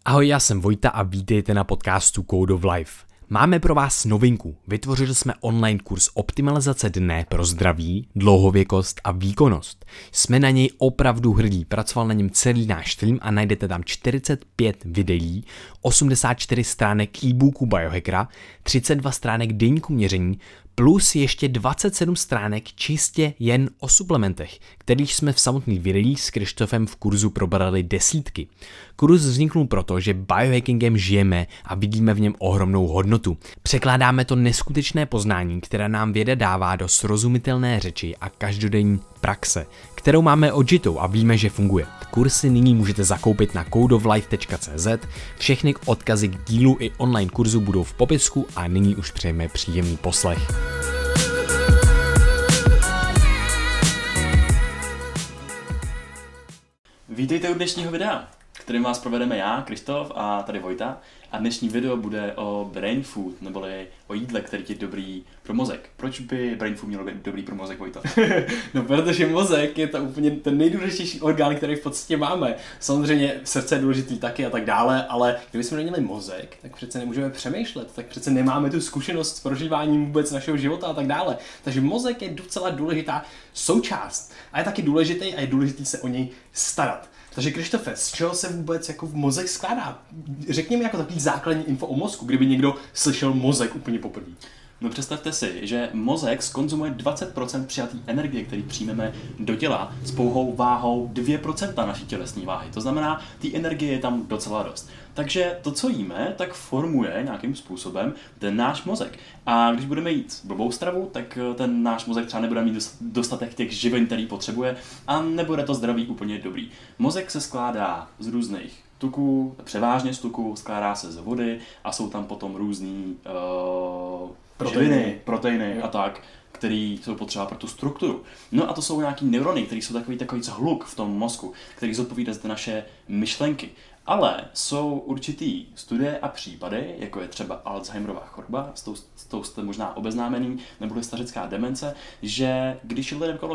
Ahoj, já jsem Vojta a vítejte na podcastu Code of Life. Máme pro vás novinku. Vytvořili jsme online kurz optimalizace dne pro zdraví, dlouhověkost a výkonnost. Jsme na něj opravdu hrdí. Pracoval na něm celý náš tým a najdete tam 45 videí, 84 stránek e-booku biohackera, 32 stránek deníku měření, plus ještě 27 stránek čistě jen o suplementech, kterých jsme v samotných videích s Krištofem v kurzu probrali desítky. Kurz vzniknul proto, že biohackingem žijeme a vidíme v něm ohromnou hodnotu. Překládáme to neskutečné poznání, které nám věda dává do srozumitelné řeči a každodenní praxe, kterou máme odžitou a víme, že funguje. Kursy nyní můžete zakoupit na codeoflife.cz, všechny odkazy k dílu i online kurzu budou v popisku a nyní už přejeme příjemný poslech. Vítejte u dnešního videa, kterým vás provedeme já, Krištof a tady Vojta. A dnešní video bude o brain food, neboli o jídle, který je dobrý pro mozek. Proč by brain food měl být dobrý pro mozek, Vojta? No, protože mozek je to úplně ten nejdůležitější orgán, který v podstatě máme. Samozřejmě srdce je důležitý taky a tak dále, ale kdybychom neměli mozek, tak přece nemůžeme přemýšlet, tak přece nemáme tu zkušenost s prožíváním vůbec našeho života a tak dále. Takže mozek je docela důležitá součást a je taky důležitý a je důležitý se o něj starat. Takže Krištofe, z čeho se vůbec jako mozek skládá? Řekni mi jako takový základní info o mozku, kdyby někdo slyšel mozek úplně poprvé. No představte si, že mozek zkonzumuje 20% přijatý energie, který přijmeme do těla s pouhou váhou 2% naší tělesné váhy. To znamená, té energie je tam docela dost. Takže to, co jíme, tak formuje nějakým způsobem ten náš mozek. A když budeme jít blbou stravu, tak ten náš mozek třeba nebude mít dostatek těch živin, který potřebuje, a nebude to zdraví úplně dobrý. Mozek se skládá z různých tuků, převážně z tuků, skládá se z vody a jsou tam potom různý proteiny a tak, který jsou potřeba pro tu strukturu. No a to jsou nějaký neurony, které jsou takový hluk v tom mozku, který zodpovídá za naše myšlenky. Ale jsou určitý studie a případy, jako je třeba Alzheimerova choroba, s tou jste možná obeznámený, nebo stařecká demence, že když je lidem okolo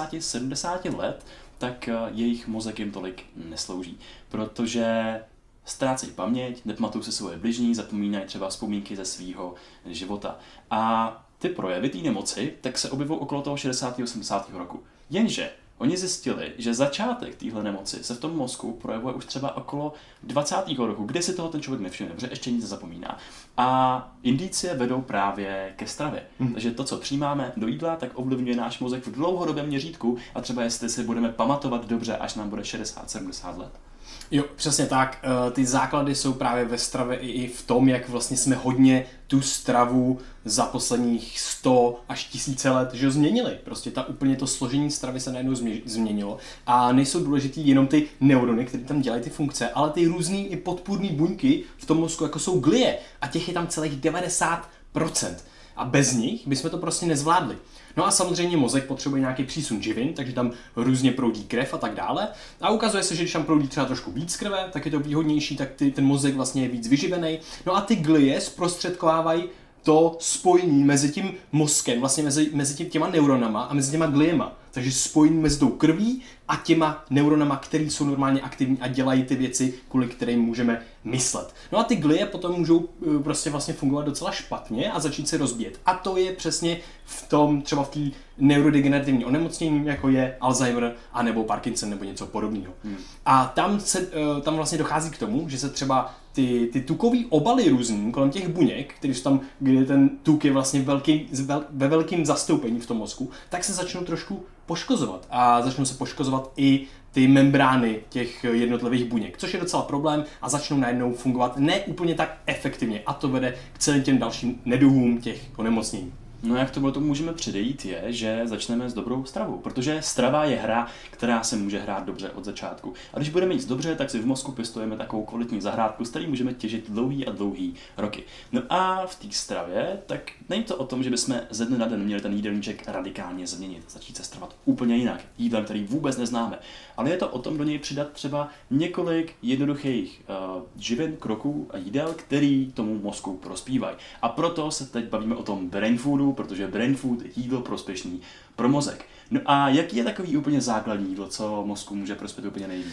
60-70 let, tak jejich mozek jim tolik neslouží, protože ztrácejí paměť, nepamatují si svoje bližní, zapomínají třeba vzpomínky ze svého života. A ty projevy té nemoci tak se objevují okolo toho 60-80 roku. Jenže oni zjistili, že začátek téhle nemoci se v tom mozku projevuje už třeba okolo 20. roku, kde si toho ten člověk nevšimne, protože ještě nic nezapomíná. A indicie vedou právě ke stravě. Takže to, co přijímáme do jídla, tak ovlivňuje náš mozek v dlouhodobém měřítku a třeba jestli si budeme pamatovat dobře, až nám bude 60-70 let. Jo, přesně tak. Ty základy jsou právě ve stravě i v tom, jak vlastně jsme hodně tu stravu za posledních 100 až 1000 let, že změnili. Prostě úplně to složení stravy se najednou změnilo a nejsou důležitý jenom ty neurony, které tam dělají ty funkce, ale ty různý i podpůrné buňky v tom mozku, jako jsou glie, a těch je tam celých 90%. A bez nich bychom to prostě nezvládli. No a samozřejmě mozek potřebuje nějaký přísun živin, takže tam různě proudí krev a tak dále. A ukazuje se, že když tam proudí třeba trošku víc krve, tak je to výhodnější, tak ten mozek vlastně je víc vyživený. No a ty glie zprostředkovávají to spojení mezi tím mozkem, vlastně mezi těma neuronama a mezi těma gliema. Takže spojení mezi tou krví a těma neuronama, které jsou normálně aktivní a dělají ty věci, kvůli kterým můžeme myslet. No a ty glie potom můžou prostě vlastně fungovat docela špatně a začít se rozbíjet. A to je přesně v tom, třeba v té neurodegenerativní onemocnění, jako je Alzheimer a nebo Parkinson nebo něco podobného. A tam vlastně dochází k tomu, že se třeba ty tukový obaly různý kolem těch buněk, které jsou tam, kde ten tuk je vlastně ve velkým zastoupení v tom mozku, tak se začnou trošku poškozovat. A začnou se poškozovat i ty membrány těch jednotlivých buněk, což je docela problém a začnou najednou fungovat ne úplně tak efektivně. A to vede k celým těm dalším neduhům těch onemocnění. No jak tomu můžeme předejít je, že začneme s dobrou stravou, protože strava je hra, která se může hrát dobře od začátku. A když budeme jít dobře, tak si v mozku pěstujeme takovou kvalitní zahrádku, s který můžeme těžit dlouhý a dlouhý roky. No a v té stravě, tak není to o tom, že bychom ze dne na den měli ten jídelníček radikálně změnit, začít se stravovat úplně jinak, jídlem, který vůbec neznáme. Ale je to o tom do něj přidat třeba několik jednoduchých živin, kroků a jídel, který tomu mozku prospívají. A proto se teď bavíme o tom brain foodu, protože brain food je jídlo prospěšný pro mozek. No a jaký je takový úplně základní jídlo, co mozku může prospět úplně nejvíc?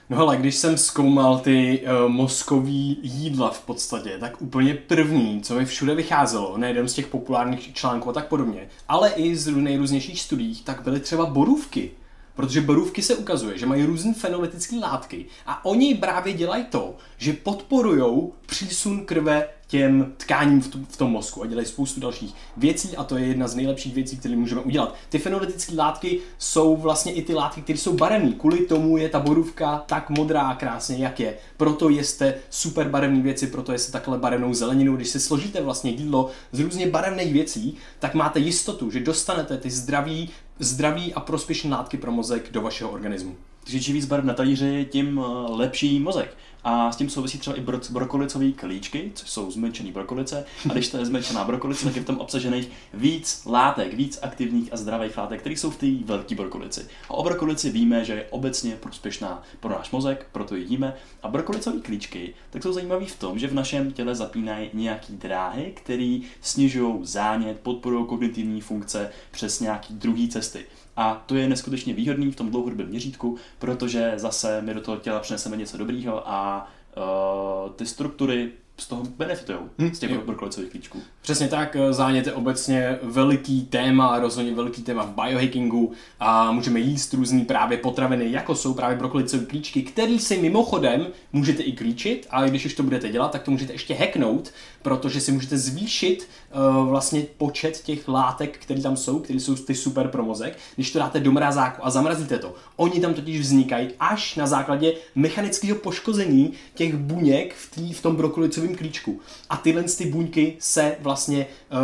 No hele, když jsem zkoumal ty mozkový jídla v podstatě, tak úplně první, co mi všude vycházelo, nejenom z těch populárních článků a tak podobně, ale i z nejrůznějších studií, tak byly třeba borůvky. Protože borůvky se ukazuje, že mají různé fenolitické látky a oni právě dělají to, že podporujou přísun krve těm tkáním v tom mozku a dělají spoustu dalších věcí a to je jedna z nejlepších věcí, které můžeme udělat. Ty fenolitické látky jsou vlastně i ty látky, které jsou barevné. Kvůli tomu je ta borůvka tak modrá krásně, jak je. Proto jeste super barevné věci, proto jeste takhle barevnou zeleninu. Když si složíte vlastně jídlo z různě barevných věcí, tak máte jistotu, že dostanete ty zdraví a prospěšné látky pro mozek do vašeho organismu. Takže čím víc barev na talíři, tím lepší mozek. A s tím souvisí třeba i brokolicové klíčky, což jsou zmlčené brokolice. A když to je zmlčená brokolice, tak je v tom obsažených víc látek, víc aktivních a zdravých látek, které jsou v té velké brokolici. A o brokolici víme, že je obecně prospěšná pro náš mozek, proto ji jíme. A brokolicové klíčky tak jsou zajímavé v tom, že v našem těle zapínají nějaké dráhy, které snižují zánět, podporují kognitivní funkce přes nějaké druhé cesty. A to je neskutečně výhodný v tom dlouhodobém měřítku, protože zase my do toho těla přineseme něco dobrýho a ty struktury z toho benefitují, z těch brokolicových klíčků. Přesně tak, zánět je obecně veliký téma, rozhodně veliký téma v biohackingu a můžeme jíst různý právě potraviny, jako jsou právě brokolicové klíčky, který si mimochodem můžete i klíčit, ale když už to budete dělat, tak to můžete ještě hacknout, protože si můžete zvýšit vlastně počet těch látek, které tam jsou, které jsou ty super pro mozek, když to dáte do mrazáku a zamrazíte to. Oni tam totiž vznikají až na základě mechanického poškození těch buněk v tom brokolicovém klíčku. A tyhle ty buňky se vlastně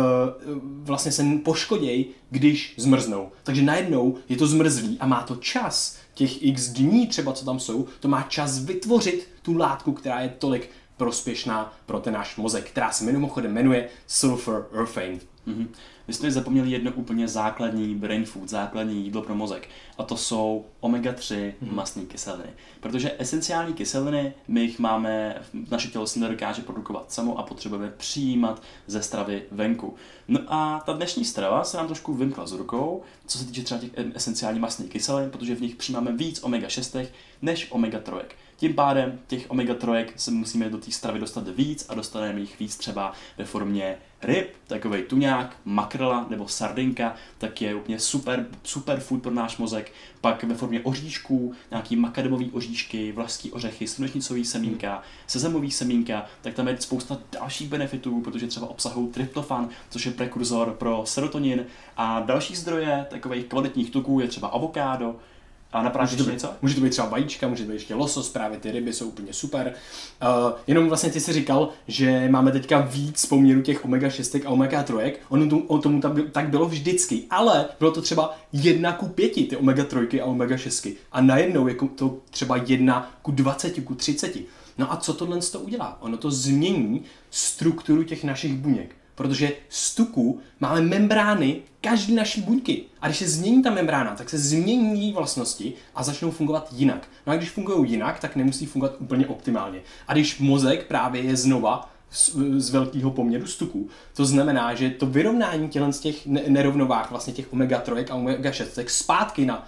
se poškodějí, když zmrznou. Takže najednou je to zmrzlý a má to čas, těch x dní třeba, co tam jsou, to má čas vytvořit tu látku, která je tolik prospěšná pro ten náš mozek, která se mimochodem jmenuje sulforurfane. Mm-hmm. Vy jste zapomněli jedno úplně základní brain food, základní jídlo pro mozek. A to jsou omega-3 mastné kyseliny. Protože esenciální kyseliny my jich máme, naše tělo si nedokáže produkovat samo a potřebujeme přijímat ze stravy venku. No a ta dnešní strava se nám trošku vymkla z rukou, co se týče třeba těch esenciálních mastných kyselin, protože v nich přijímáme víc omega-6 než omega-3. Tím pádem těch omega-3 se musíme do té stravy dostat víc a dostaneme jich víc třeba ve formě ryb, takovej tuňák, makrela nebo sardinka, tak je úplně super food pro náš mozek. Pak ve formě oříšků, nějaký makademový oříšky, vlašský ořechy, slunečnicový semínka, sezamový semínka, tak tam je spousta dalších benefitů, protože třeba obsahují tryptofan, což je prekurzor pro serotonin a další zdroje takových kvalitních tuků je třeba avokádo. A napadá něco? Může to být třeba vajíčka, může to být ještě losos, právě ty ryby jsou úplně super. Jenom vlastně ty jsi říkal, že máme teďka víc poměru těch omega-6 a omega-3. Ono tomu tak bylo vždycky, ale bylo to třeba 1:5 ty omega-3 a omega-6. A najednou je to třeba 1:20, 30. No a co tohle udělá? Ono to změní strukturu těch našich buněk. Protože z tuku máme membrány každé naší buňky. A když se změní ta membrána, tak se změní její vlastnosti a začnou fungovat jinak. No a když fungují jinak, tak nemusí fungovat úplně optimálně. A když mozek právě je znova z velkého poměru z tuku, to znamená, že to vyrovnání z těch nerovnovách vlastně těch omega-3 a omega-6 zpátky na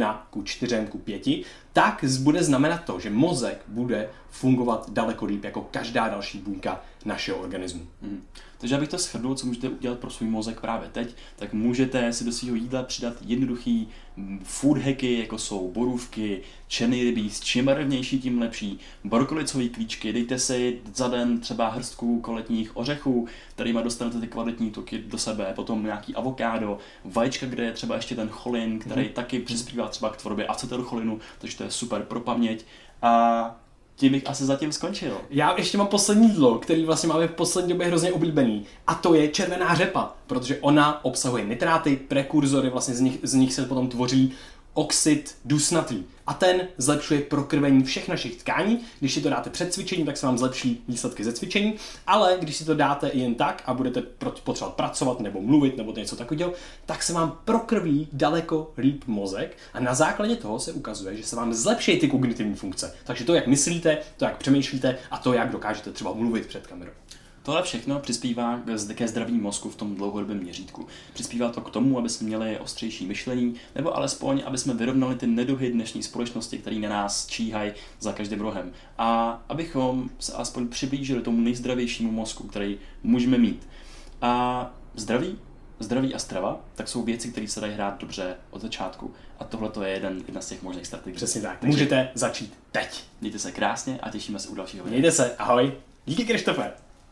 1:4:5, tak bude znamenat to, že mozek bude fungovat daleko líp jako každá další buňka našeho organismu. Takže abych to shrnul, co můžete udělat pro svůj mozek právě teď, tak můžete si do svého jídla přidat jednoduchý food hacky, jako jsou borůvky, černý rybí, s čím barevnější, tím lepší, brokolicové klíčky, dejte si za den třeba hrstku kvalitních ořechů, kterýma dostanete ty kvalitní tuky do sebe, potom nějaký avokádo, vajíčka, kde je třeba ještě ten cholin, který taky přispívá třeba k tvorbě acetylcholinu, takže to je super pro paměť. A tím bych asi zatím skončil. Já ještě mám poslední jídlo, který vlastně máme v poslední době hrozně oblíbený. A to je červená řepa, protože ona obsahuje nitráty, prekurzory, vlastně z nich se potom tvoří oxid dusnatý. A ten zlepšuje prokrvení všech našich tkání. Když si to dáte před cvičením, tak se vám zlepší výsledky ze cvičení, ale když si to dáte jen tak a budete potřebovat pracovat nebo mluvit nebo něco takového, tak se vám prokrví daleko líp mozek a na základě toho se ukazuje, že se vám zlepší ty kognitivní funkce. Takže to, jak myslíte, to, jak přemýšlíte a to, jak dokážete třeba mluvit před kamerou. Tohle všechno přispívá ke zdraví mozku v tom dlouhodobém měřítku. Přispívá to k tomu, aby jsme měli ostřejší myšlení, nebo alespoň, aby jsme vyrovnali ty neduhy dnešní společnosti, které na nás číhají za každým rohem. A abychom se aspoň přiblížili tomu nejzdravějšímu mozku, který můžeme mít. A zdraví a strava, tak jsou věci, které se dají hrát dobře od začátku. A tohle to je jedna z těch možných strategií. Přesně tak. Můžete začít teď. Mějte se krásně a těšíme se u dalšího videa. Mějte se, ahoj. Díky, Krištofe.